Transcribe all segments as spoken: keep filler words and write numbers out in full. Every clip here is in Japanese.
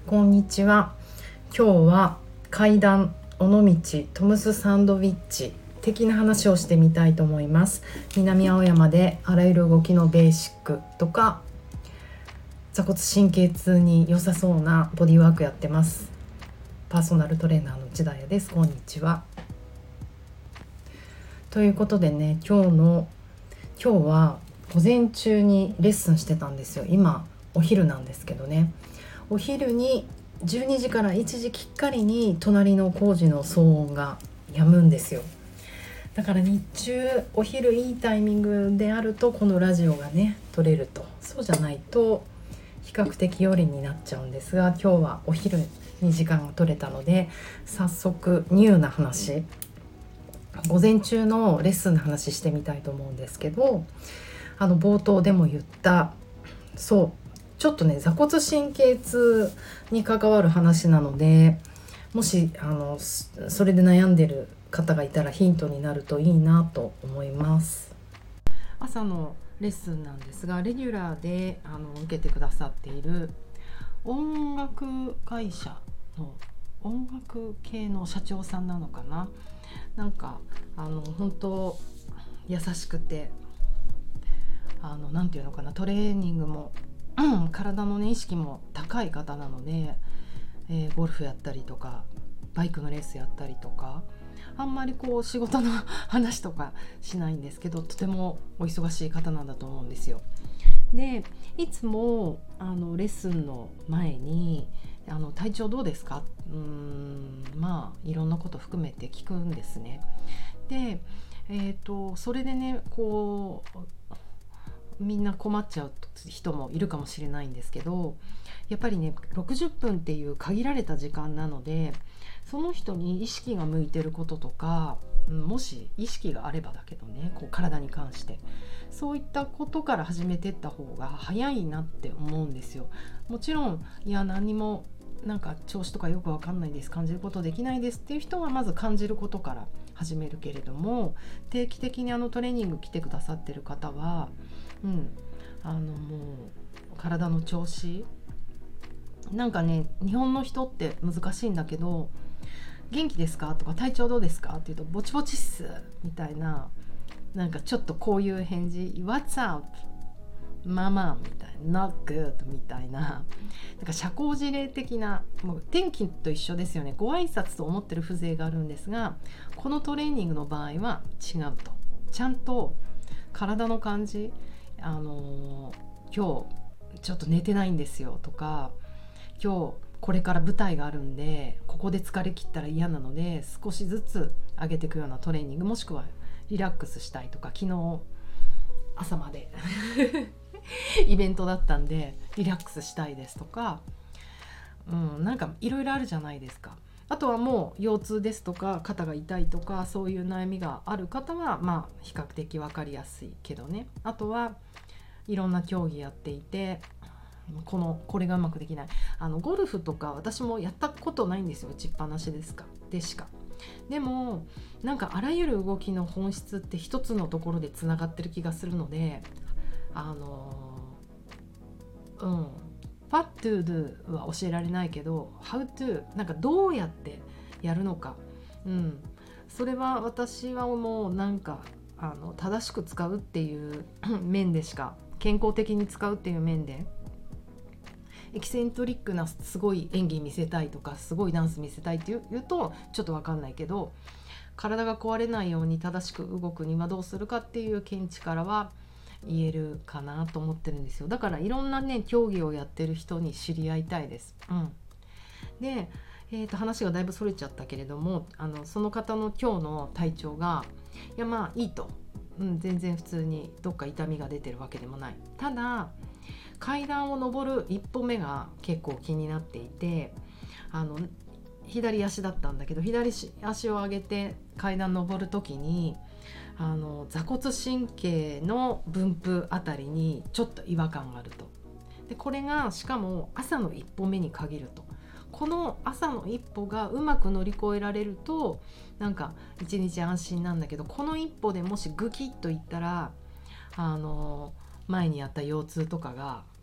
こんにちは。今日は階段、尾道、トムスサンドウィッチ的な話をしてみたいと思います。南青山であらゆる動きのベーシックとか座骨神経痛に良さそうなボディワークやってます。パーソナルトレーナーの内田彩です。こんにちは。ということでね、今日の今日は午前中にレッスンしてたんですよ。今お昼なんですけどね、お昼にじゅうにじからいちじきっかりに隣の工事の騒音が止むんですよ。だから日中お昼いいタイミングであるとこのラジオがね撮れると、そうじゃないと比較的夜になっちゃうんですが、今日はお昼に時間が取れたので早速ニューな話、午前中のレッスンの話してみたいと思うんですけど、あの冒頭でも言ったそうちょっとね座骨神経痛に関わる話なので、もしあのそれで悩んでる方がいたらヒントになるといいなと思います。朝のレッスンなんですが、レギュラーであの受けてくださっている音楽会社の音楽系の社長さんなのかな、なんかあの本当優しくて、あのなんていうのかな、トレーニングも、うん、体の、ね、意識も高い方なので、えー、ゴルフやったりとかバイクのレースやったりとか、あんまりこう仕事の話とかしないんですけど、とてもお忙しい方なんだと思うんですよ。でいつもあのレッスンの前にあの体調どうですか、うーんまあいろんなこと含めて聞くんですね。で、えーと、それでねこうみんな困っちゃう人もいるかもしれないんですけど、やっぱりねろくじゅっぷんっていう限られた時間なので、その人に意識が向いてることとか、もし意識があればだけどね、こう体に関してそういったことから始めていった方が早いなって思うんですよ。もちろんいや何もなんか調子とかよくわかんないです、感じることできないですっていう人はまず感じることから始めるけれども、定期的にあのトレーニング来てくださってる方は、うん、あのもう体の調子なんかね、日本の人って難しいんだけど、元気ですかとか体調どうですかって言うとぼちぼちっすみたいな、なんかちょっとこういう返事 What's up? ママみたいな Not good みたいな、なんか社交辞令的な、もう天気と一緒ですよね。ご挨拶と思ってる風情があるんですが、このトレーニングの場合は違うと、ちゃんと体の感じ、あのー、今日ちょっと寝てないんですよとか、今日これから舞台があるんでここで疲れ切ったら嫌なので少しずつ上げていくようなトレーニング、もしくはリラックスしたいとか、昨日朝までイベントだったんでリラックスしたいですとか、うん、なんかいろいろあるじゃないですか。あとはもう腰痛ですとか肩が痛いとか、そういう悩みがある方はまあ比較的分かりやすいけどね。あとはいろんな競技やっていて、このこれがうまくできない、あのゴルフとか私もやったことないんですよ、打ちっぱなしですかでしか。でもなんかあらゆる動きの本質って一つのところでつながってる気がするので、あのうん What to do は教えられないけど How to なんかどうやってやるのか、うん、それは私はもうなんかあの正しく使うっていう面でしか、健康的に使うっていう面でエキセントリックなすごい演技見せたいとかすごいダンス見せたいって言うとちょっと分かんないけど、体が壊れないように正しく動くにはどうするかっていう見地からは言えるかなと思ってるんですよ。だからいろんなね競技をやってる人に知り合いたいです、うん、で、えーと、話がだいぶそれちゃったけれども、あのその方の今日の体調がいやまあいいと、うん、全然普通にどっか痛みが出てるわけでもない。ただ階段を上る一歩目が結構気になっていて、あの左足だったんだけど左足を上げて階段上る時にあの座骨神経の分布あたりにちょっと違和感があると。でこれがしかも朝の一歩目に限ると、この朝の一歩がうまく乗り越えられるとなんか一日安心なんだけど、この一歩でもしグキッといったらあの前にやった腰痛とかが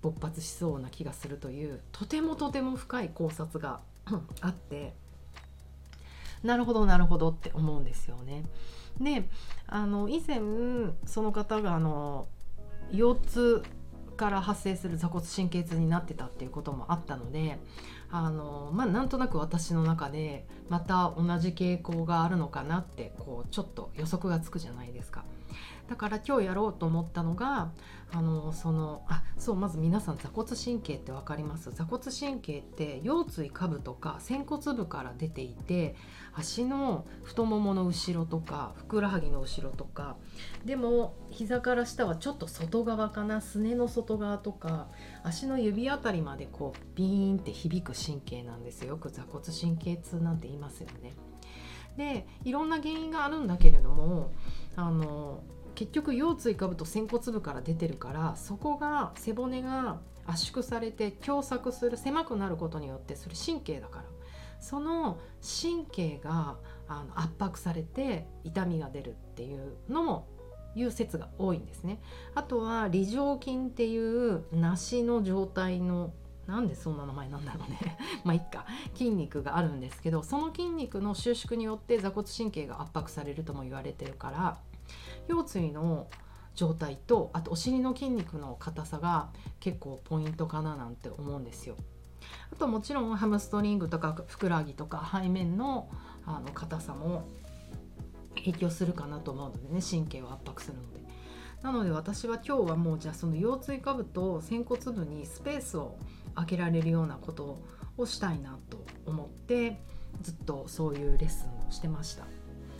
勃発しそうな気がするというとてもとても深い考察があって、なるほどなるほどって思うんですよね。で、あの以前その方があの腰痛から発生する座骨神経痛になってたっていうこともあったので、あのまあなんとなく私の中でまた同じ傾向があるのかなってこうちょっと予測がつくじゃないですか。だから今日やろうと思ったのが、あのそのあそうまず皆さん座骨神経って分かります？座骨神経って腰椎下部とか仙骨部から出ていて、足の太ももの後ろとかふくらはぎの後ろとか、でも膝から下はちょっと外側かな、すねの外側とか足の指あたりまでこうビーンって響く神経なんですよ。よく座骨神経痛なんて言いますよね。でいろんな原因があるんだけれども、あの結局腰椎下部と仙骨部から出てるから、そこが背骨が圧縮されて狭窄する、狭くなることによって、それ神経だから、その神経があの圧迫されて痛みが出るっていうのもいう説が多いんですね。あとは梨状筋っていう梨の状態の、なんでそんな名前なんだろうねまあいっか、筋肉があるんですけど、その筋肉の収縮によって座骨神経が圧迫されるとも言われてるから、腰椎の状態とあとお尻の筋肉の硬さが結構ポイントかななんて思うんですよ。あともちろんハムストリングとかふくらはぎとか背面のあの硬さも影響するかなと思うのでね、神経を圧迫するので。なので私は今日はもうじゃあその腰椎下部と仙骨部にスペースを空けられるようなことをしたいなと思ってずっとそういうレッスンをしてました。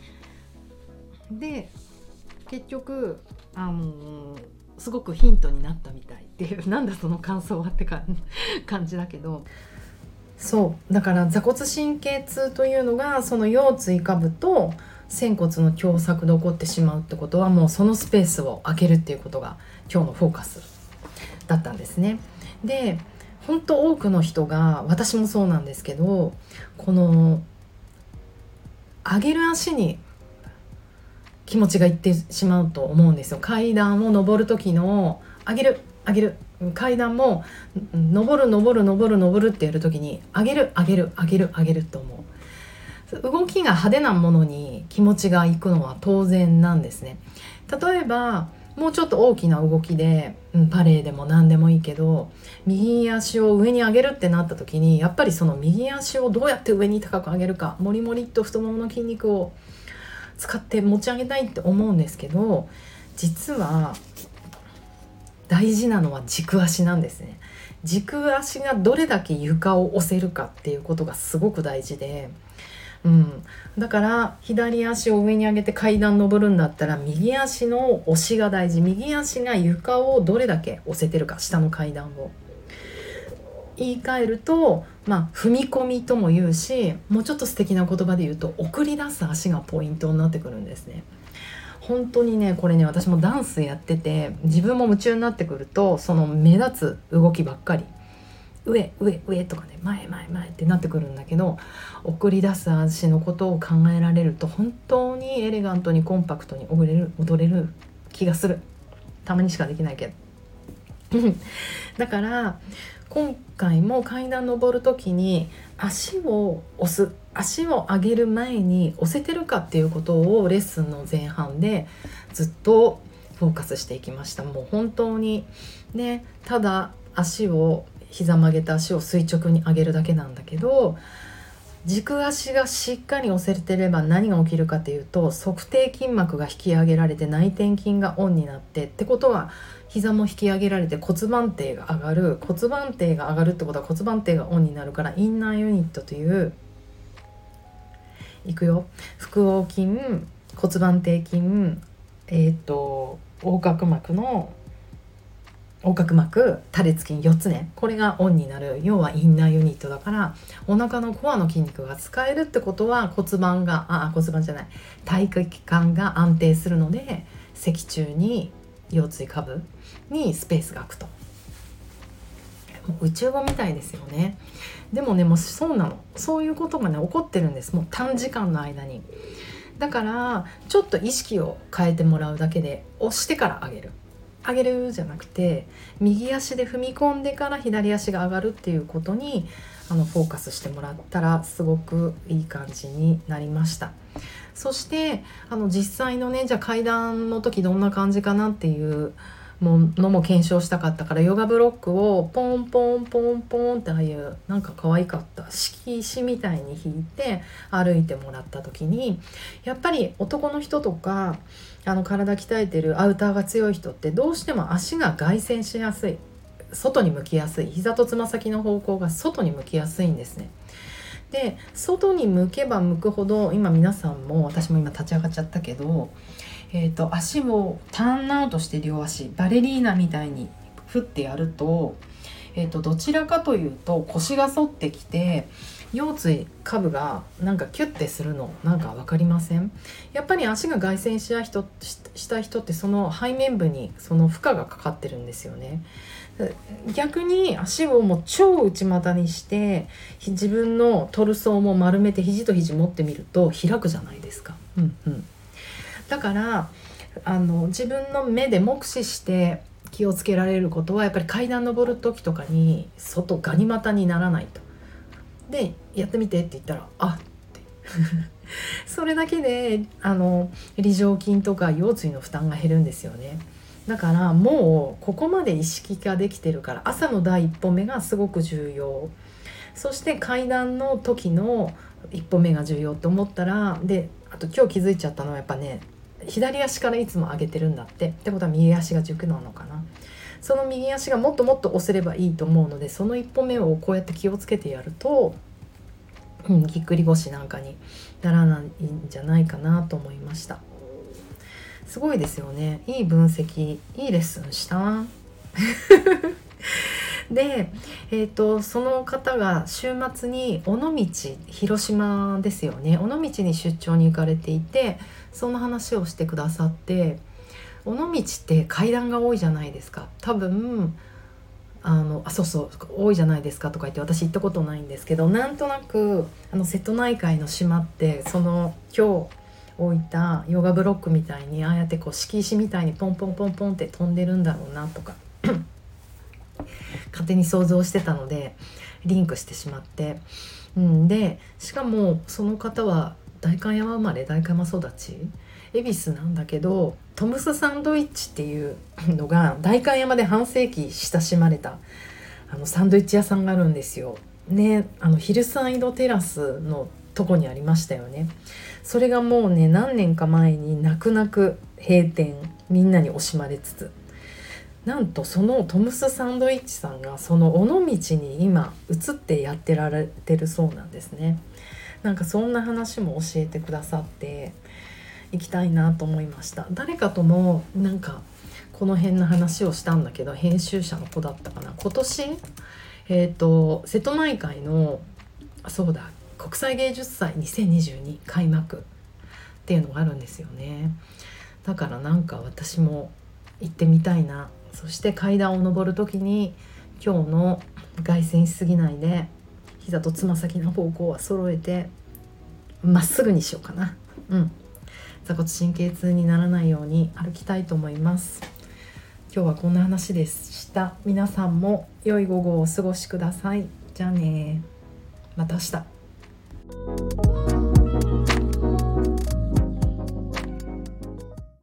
で結局あのー、すごくヒントになったみたいっていう、なんだその感想はってか感じだけど、そうだから座骨神経痛というのがその腰椎下部と仙骨の狭窄で起こってしまうってことは、もうそのスペースを空けるっていうことが今日のフォーカスだったんですね。で本当多くの人が、私もそうなんですけど、この上げる足に気持ちがいってしまうと思うんですよ。階段を上る時の上げる上げる、階段も上る上る上る上るってやる時に上げる上げる上げる上げると思う。動きが派手なものに気持ちがいくのは当然なんですね。例えばもうちょっと大きな動きで、うん、パレーでも何でもいいけど、右足を上に上げるってなった時に、やっぱりその右足をどうやって上に高く上げるか、もりもりっと太ももの筋肉を使って持ち上げたいって思うんですけど、実は大事なのは軸足なんですね。軸足がどれだけ床を押せるかっていうことがすごく大事で、うん、だから左足を上に上げて階段登るんだったら右足の押しが大事。右足が床をどれだけ押せてるか、下の階段を。言い換えると、まあ、踏み込みとも言うし、もうちょっと素敵な言葉で言うと送り出す足がポイントになってくるんですね。本当にね、これね、私もダンスやってて自分も夢中になってくると、その目立つ動きばっかり、上上上とかね、前前前ってなってくるんだけど、送り出す足のことを考えられると本当にエレガントにコンパクトに踊れる踊れる気がする。たまにしかできないけどだから今回も階段登る時に足を押す、足を上げる前に押せてるかっていうことをレッスンの前半でずっとフォーカスしていきました。もう本当にね、ただ足を膝曲げた足を垂直に上げるだけなんだけど、軸足がしっかり押せてれば何が起きるかっていうと、足底筋膜が引き上げられて内転筋がオンになって、ってことは膝も引き上げられて骨盤底が上がる。骨盤底が上がるってことは骨盤底がオンになるから、インナーユニットという、いくよ、腹横筋、骨盤底筋、えっと横隔膜の横隔膜、多裂筋よっつね、これがオンになる。要はインナーユニットだから、お腹のコアの筋肉が使えるってことは骨盤があ骨盤じゃない体育筋が安定するので、脊柱に腰椎下部にスペースが空くと。もう宇宙語みたいですよね。でもね、もうそうなの、そういうことがね起こってるんです。もう短時間の間に。だからちょっと意識を変えてもらうだけで、押してから上げる。 上げるじゃなくて、右足で踏み込んでから左足が上がるっていうことにあのフォーカスしてもらったらすごくいい感じになりました。そしてあの実際のね、じゃあ階段の時どんな感じかなっていうものも検証したかったから、ヨガブロックをポンポンポンポンってああいうなんか可愛かった敷石みたいに引いて歩いてもらった時に、やっぱり男の人とかあの体鍛えてるアウターが強い人ってどうしても足が外旋しやすい、外に向きやすい、膝とつま先の方向が外に向きやすいんですね。で外に向けば向くほど、今皆さんも私も今立ち上がっちゃったけど、えーと、足をターンアウトして両足バレリーナみたいに振ってやると、えーと、どちらかというと腰が反ってきて腰椎下部がなんかキュッてするのなんか分かりません？やっぱり足が外旋した人した人ってその背面部にその負荷がかかってるんですよね。逆に足をもう超内股にして自分のトルソーも丸めて肘と肘持ってみると開くじゃないですか。うんうん、だからあの自分の目で目視して気をつけられることは、やっぱり階段登る時とかに外ガニ股にならないと。でやってみてって言ったらあってそれだけであの梨状筋とか腰椎の負担が減るんですよね。だからもうここまで意識ができてるから、朝の第一歩目がすごく重要。そして階段の時の一歩目が重要と思ったら、であと今日気づいちゃったのはやっぱね、左足からいつも上げてるんだって。ってことは右足が軸なのかな。その右足がもっともっと押せればいいと思うので、その一歩目をこうやって気をつけてやると、うん、ぎっくり腰なんかにならないんじゃないかなと思いました。すごいですよね。いい分析、いいレッスンしたで、えーと、その方が週末に尾道、広島ですよね、尾道に出張に行かれていて、そんな話をしてくださって、尾道って階段が多いじゃないですか。多分あのあそうそう多いじゃないですかとか言って、私行ったことないんですけど、なんとなくあの瀬戸内海の島ってその今日置いたヨガブロックみたいにああやってこう敷石みたいにポンポンポンポンって飛んでるんだろうなとか勝手に想像してたのでリンクしてしまって、うん、でしかもその方は代官山生まれ代官山育ち恵比寿なんだけど、トムスサンドイッチっていうのが代官山で半世紀親しまれたあのサンドイッチ屋さんがあるんですよね。あのヒルサイドテラスのとこにありましたよね。それがもうね何年か前に泣く泣く閉店、みんなに惜しまれつつ、なんとそのトムスサンドイッチさんがその尾道に今移ってやってられてるそうなんですね。なんかそんな話も教えてくださって行きたいなと思いました。誰かともなんかこの辺の話をしたんだけど、編集者の子だったかな、今年えっと瀬戸内海のそうだ国際芸術祭にせんにじゅうに開幕っていうのがあるんですよね。だからなんか私も行ってみたいな。そして階段を上るときに今日の外旋しすぎないで膝とつま先の方向は揃えてまっすぐにしようかな。うん座骨神経痛にならないように歩きたいと思います。今日はこんな話でした。皆さんも良い午後をお過ごしください。じゃあね、また明日。